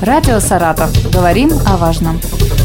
Радио «Саратов». Говорим о важном.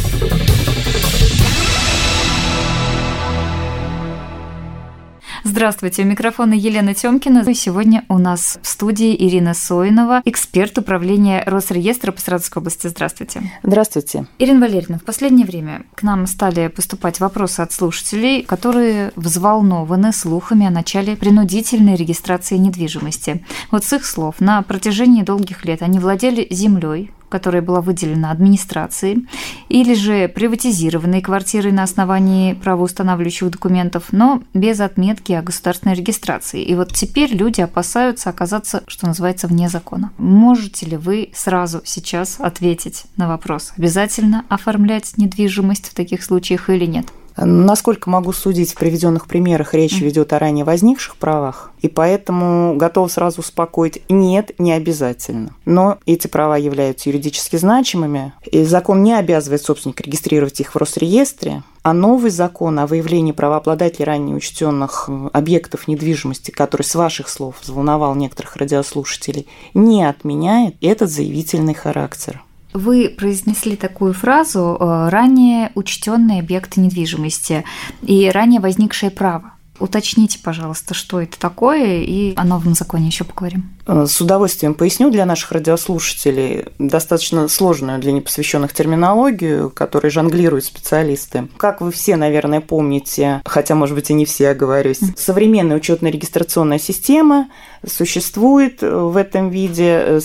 Здравствуйте, у микрофона Елена Тёмкина. И сегодня у нас в студии Ирина Соинова, эксперт управления Росреестра по Саратовской области. Здравствуйте. Здравствуйте. Ирина Валерьевна, в последнее время к нам стали поступать вопросы от слушателей, которые взволнованы слухами о начале принудительной регистрации недвижимости. Вот с их слов, на протяжении долгих лет они владели землей, которая была выделена администрацией, или же приватизированной квартирой на основании правоустанавливающих документов, но без отметки о государственной регистрации. И вот теперь люди опасаются оказаться, что называется, вне закона. Можете ли вы сразу сейчас ответить на вопрос, обязательно оформлять недвижимость в таких случаях или нет? Насколько могу судить, в приведенных примерах речь ведет о ранее возникших правах, и поэтому готова сразу успокоить: нет, не обязательно. Но эти права являются юридически значимыми, и закон не обязывает собственника регистрировать их в Росреестре, а новый закон о выявлении правообладателей ранее учтенных объектов недвижимости, который, с ваших слов, взволновал некоторых радиослушателей, не отменяет этот заявительный характер. Вы произнесли такую фразу «ранее учтенные объекты недвижимости» и «ранее возникшее право». Уточните, пожалуйста, что это такое, и о новом законе еще поговорим. С удовольствием поясню для наших радиослушателей достаточно сложную для непосвященных терминологию, которой жонглируют специалисты. Как вы все, наверное, помните, хотя, может быть, и не все, оговорюсь, современная учетно-регистрационная система существует в этом виде с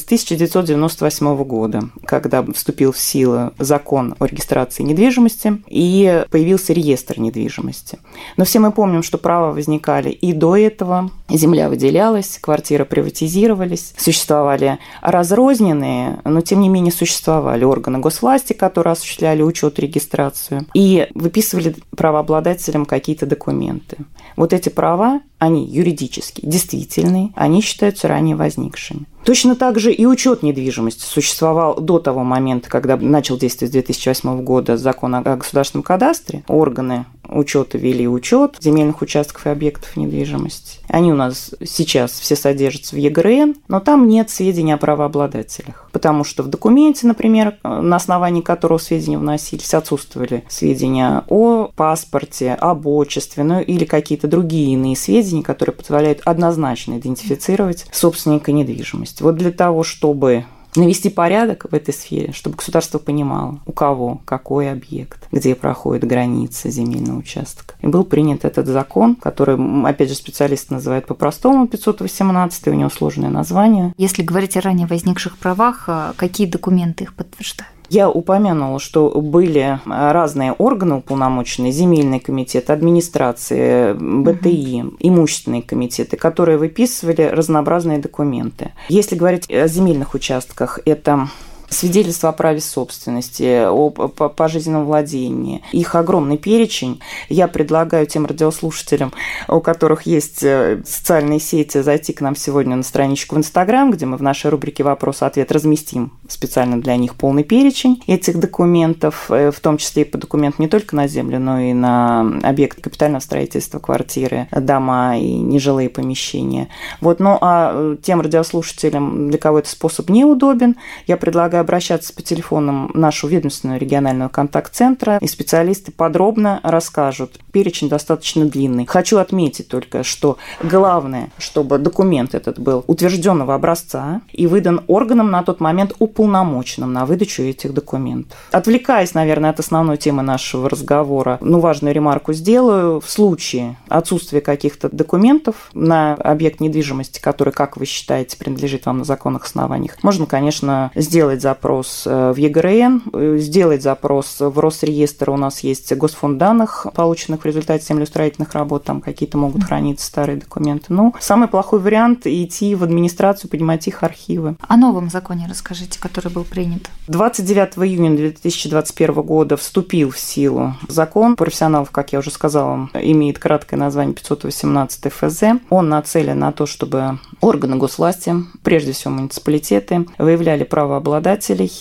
1998 года, когда вступил в силу закон о регистрации недвижимости и появился реестр недвижимости. Но все мы помним, что права возникали и до этого, земля выделялась, квартиры приватизировались, существовали разрозненные, но тем не менее существовали органы госвласти, которые осуществляли учет и регистрацию, и выписывали правообладателям какие-то документы. Вот эти права, они юридически действительные, они считаются ранее возникшими. Точно так же и учет недвижимости существовал до того момента, когда начал действовать с 2008 года закон о государственном кадастре. Органы учета вели учет земельных участков и объектов недвижимости. Они у нас сейчас все содержатся в ЕГРН, но там нет сведений о правообладателях. Потому что в документе, например, на основании которого сведения вносились, отсутствовали сведения о паспорте, об отчестве, ну или какие-то другие иные сведения, которые позволяют однозначно идентифицировать собственника недвижимости. Вот для того, чтобы навести порядок в этой сфере, чтобы государство понимало, у кого какой объект, где проходит граница земельного участка. И был принят этот закон, который, опять же, специалисты называют по-простому 518, у него сложное название. Если говорить о ранее возникших правах, какие документы их подтверждают? Я упомянула, что были разные органы уполномоченные, земельный комитет, администрации, БТИ, имущественные комитеты, которые выписывали разнообразные документы. Если говорить о земельных участках, это свидетельства о праве собственности, о пожизненном владении. Их огромный перечень. Я предлагаю тем радиослушателям, у которых есть социальные сети, зайти к нам сегодня на страничку в Инстаграм, где мы в нашей рубрике «Вопрос-ответ» разместим специально для них полный перечень этих документов, в том числе и по документам не только на землю, но и на объекты капитального строительства, квартиры, дома и нежилые помещения. Вот. Ну а тем радиослушателям, для кого этот способ неудобен, я предлагаю обращаться по телефонам нашего ведомственного регионального контакт-центра, и специалисты подробно расскажут. Перечень достаточно длинный. Хочу отметить только, что главное, чтобы документ этот был утвержденного образца и выдан органом на тот момент уполномоченным на выдачу этих документов. Отвлекаясь, наверное, от основной темы нашего разговора, важную ремарку сделаю. В случае отсутствия каких-то документов на объект недвижимости, который, как вы считаете, принадлежит вам на законных основаниях, можно, конечно, сделать запрос в ЕГРН, сделать запрос в Росреестр. У нас есть госфонд данных, полученных в результате землеустроительных работ, там какие-то могут храниться старые документы. Самый плохой вариант – идти в администрацию, поднимать их архивы. О новом законе расскажите, который был принят. 29 июня 2021 года вступил в силу закон профессионалов, как я уже сказала, имеет краткое название 518 ФЗ. Он нацелен на то, чтобы органы госвласти, прежде всего муниципалитеты, выявляли правообладателей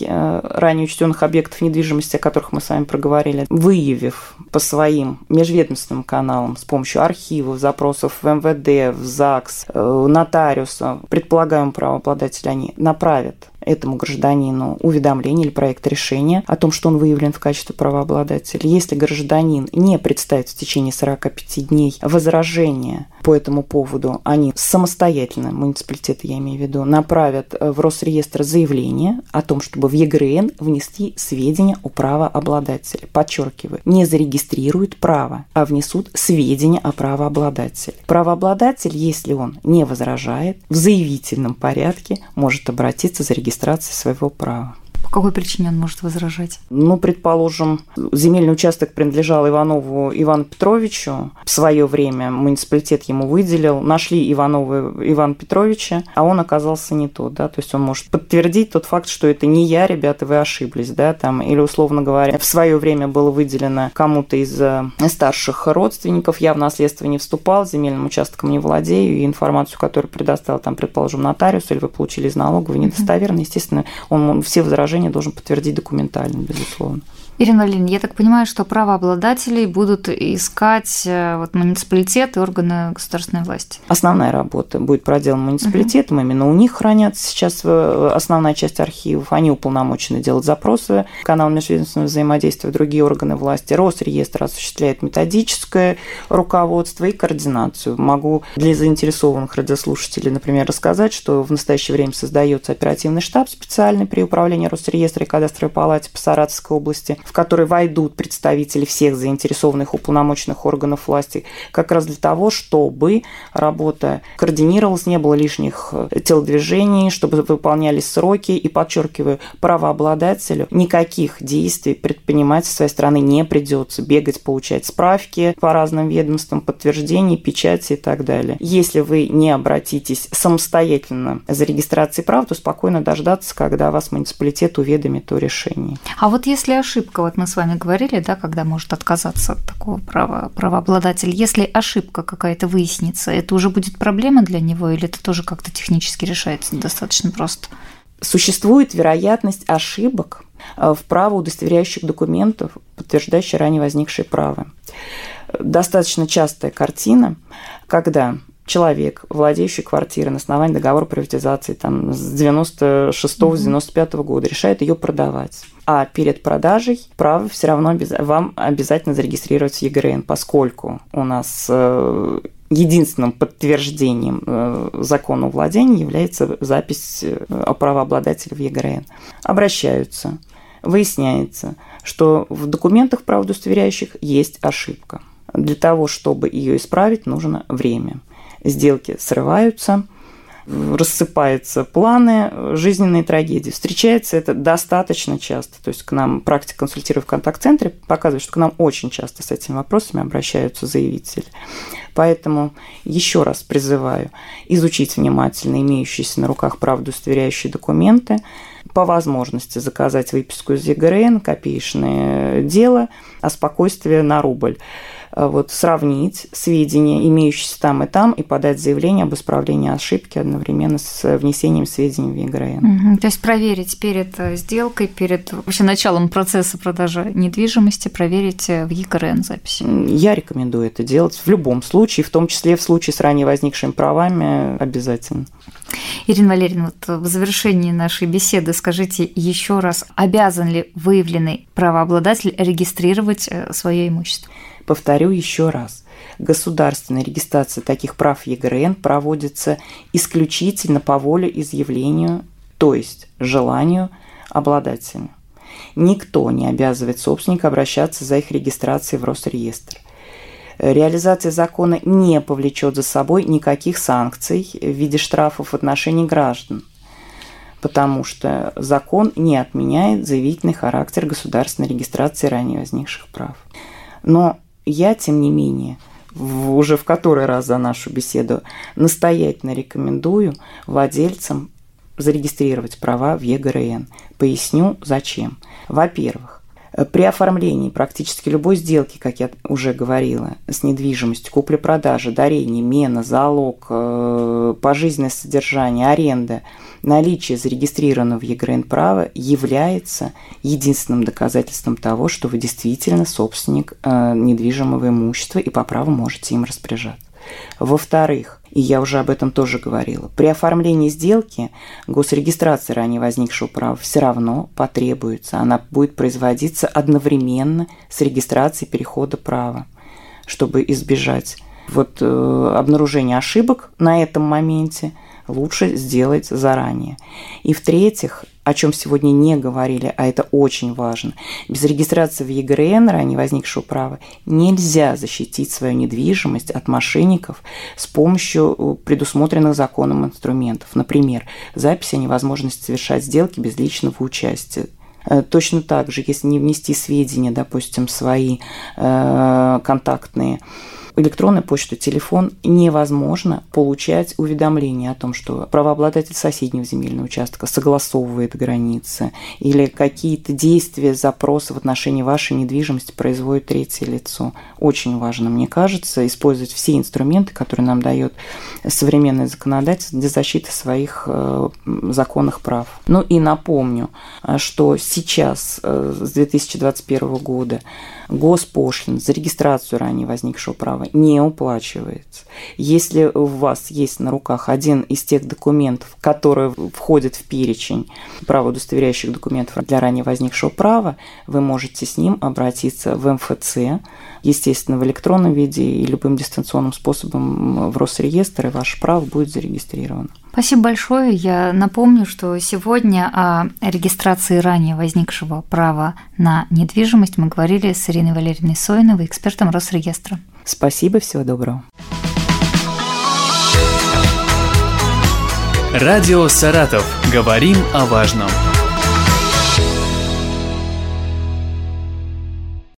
ранее учтенных объектов недвижимости, о которых мы с вами проговорили, выявив по своим межведомственным каналам с помощью архивов, запросов в МВД, в ЗАГС, нотариуса, предполагаемого правообладателя, они направят этому гражданину уведомление или проект решения о том, что он выявлен в качестве правообладателя. Если гражданин не представит в течение 45 дней возражения по этому поводу, они самостоятельно, муниципалитеты я имею в виду, направят в Росреестр заявление о том, чтобы в ЕГРН внести сведения о правообладателе. Подчеркиваю, не зарегистрируют право, а внесут сведения о правообладателе. Правообладатель, если он не возражает, в заявительном порядке может обратиться за регистрацией своего права. По какой причине он может возражать? Предположим, земельный участок принадлежал Иванову Ивану Петровичу. В свое время муниципалитет ему выделил. Нашли Иванова Ивана Петровича, а он оказался не тот. Да? То есть он может подтвердить тот факт, что это не я, ребята, вы ошиблись. Да? Или, условно говоря, в свое время было выделено кому-то из старших родственников. Я в наследство не вступал, земельным участком не владею, и информацию, которую предоставил, предположим, нотариус, или вы получили из налоговой, недостоверно. Естественно, он все возражения должен подтвердить документально, безусловно. Ирина Валерьевна, я так понимаю, что правообладателей будут искать муниципалитеты и органы государственной власти. Основная работа будет проделана муниципалитетом, именно у них хранятся сейчас основная часть архивов, они уполномочены делать запросы, канал межведомственного взаимодействия, другие органы власти. Росреестр осуществляет методическое руководство и координацию. Могу для заинтересованных радиослушателей, например, рассказать, что в настоящее время создается оперативный штаб специальный при управлении Росреестра и кадастровой палате по Саратовской области, в который войдут представители всех заинтересованных уполномоченных органов власти, как раз для того, чтобы работа координировалась, не было лишних телодвижений, чтобы выполнялись сроки. И, подчеркиваю, правообладателю никаких действий предпринимать со своей стороны не придется. Бегать, получать справки по разным ведомствам, подтверждения, печати и так далее. Если вы не обратитесь самостоятельно за регистрацией прав, то спокойно дождаться, когда вас муниципалитет уведомит о решении. А вот если ошибка, мы с вами говорили, да, когда может отказаться от такого права правообладатель, если ошибка какая-то выяснится, это уже будет проблема для него или это тоже как-то технически решается достаточно просто? Существует вероятность ошибок в правоудостоверяющих документах, подтверждающих ранее возникшие права. Достаточно частая картина, когда человек, владеющий квартирой на основании договора приватизации с 96-95 года, решает ее продавать. А перед продажей право все равно вам обязательно зарегистрировать в ЕГРН, поскольку у нас единственным подтверждением закона владения является запись о правообладателе в ЕГРН. Обращаются, выясняется, что в документах правоудостоверяющих есть ошибка. Для того, чтобы ее исправить, нужно время. Сделки срываются, рассыпаются планы, жизненные трагедии. Встречается это достаточно часто. То есть к нам практика консультирования в контакт-центре показывает, что к нам очень часто с этими вопросами обращаются заявители. Поэтому еще раз призываю изучить внимательно имеющиеся на руках правоудостоверяющие документы, по возможности заказать выписку из ЕГРН, копеечное дело, а спокойствие на рубль. Сравнить сведения, имеющиеся там, и подать заявление об исправлении ошибки одновременно с внесением сведений в ЕГРН. То есть проверить перед сделкой, перед вообще началом процесса продажи недвижимости, проверить в ЕГРН запись. Я рекомендую это делать в любом случае, в том числе в случае с ранее возникшими правами обязательно. Ирина Валерьевна, в завершении нашей беседы скажите еще раз, обязан ли выявленный правообладатель регистрировать свое имущество? Повторю еще раз. Государственная регистрация таких прав в ЕГРН проводится исключительно по волеизъявлению, то есть желанию обладателя. Никто не обязывает собственника обращаться за их регистрацией в Росреестр. Реализация закона не повлечет за собой никаких санкций в виде штрафов в отношении граждан, потому что закон не отменяет заявительный характер государственной регистрации ранее возникших прав. Но я, тем не менее, уже в который раз за нашу беседу настоятельно рекомендую владельцам зарегистрировать права в ЕГРН. Поясню, зачем. Во-первых, при оформлении практически любой сделки, как я уже говорила, с недвижимостью, купли-продажи, дарение, мена, залог, пожизненное содержание, аренда, наличие зарегистрированного в ЕГРН права является единственным доказательством того, что вы действительно собственник недвижимого имущества и по праву можете им распоряжаться. Во-вторых, И я уже об этом тоже говорила. При оформлении сделки госрегистрация ранее возникшего права все равно потребуется. Она будет производиться одновременно с регистрацией перехода права, чтобы избежать обнаружения ошибок на этом моменте. Лучше сделать заранее. И в-третьих, о чем сегодня не говорили, а это очень важно, без регистрации в ЕГРН ранее возникшего права нельзя защитить свою недвижимость от мошенников с помощью предусмотренных законом инструментов. Например, запись о невозможности совершать сделки без личного участия. Точно так же, если не внести сведения, допустим, свои контактные, электронную почту, телефон, невозможно получать уведомления о том, что правообладатель соседнего земельного участка согласовывает границы или какие-то действия, запросы в отношении вашей недвижимости производит третье лицо. Очень важно, мне кажется, использовать все инструменты, которые нам дает современное законодательство для защиты своих законных прав. Ну и напомню, что сейчас, с 2021 года, госпошлина за регистрацию ранее возникшего права не уплачивается. Если у вас есть на руках один из тех документов, которые входят в перечень правоудостоверяющих документов для ранее возникшего права, вы можете с ним обратиться в МФЦ, естественно, в электронном виде и любым дистанционным способом в Росреестр, и ваше право будет зарегистрировано. Спасибо большое. Я напомню, что сегодня о регистрации ранее возникшего права на недвижимость мы говорили с Ириной Валерьевной Соиновой, экспертом Росреестра. Спасибо, всего доброго. Радио «Саратов». Говорим о важном.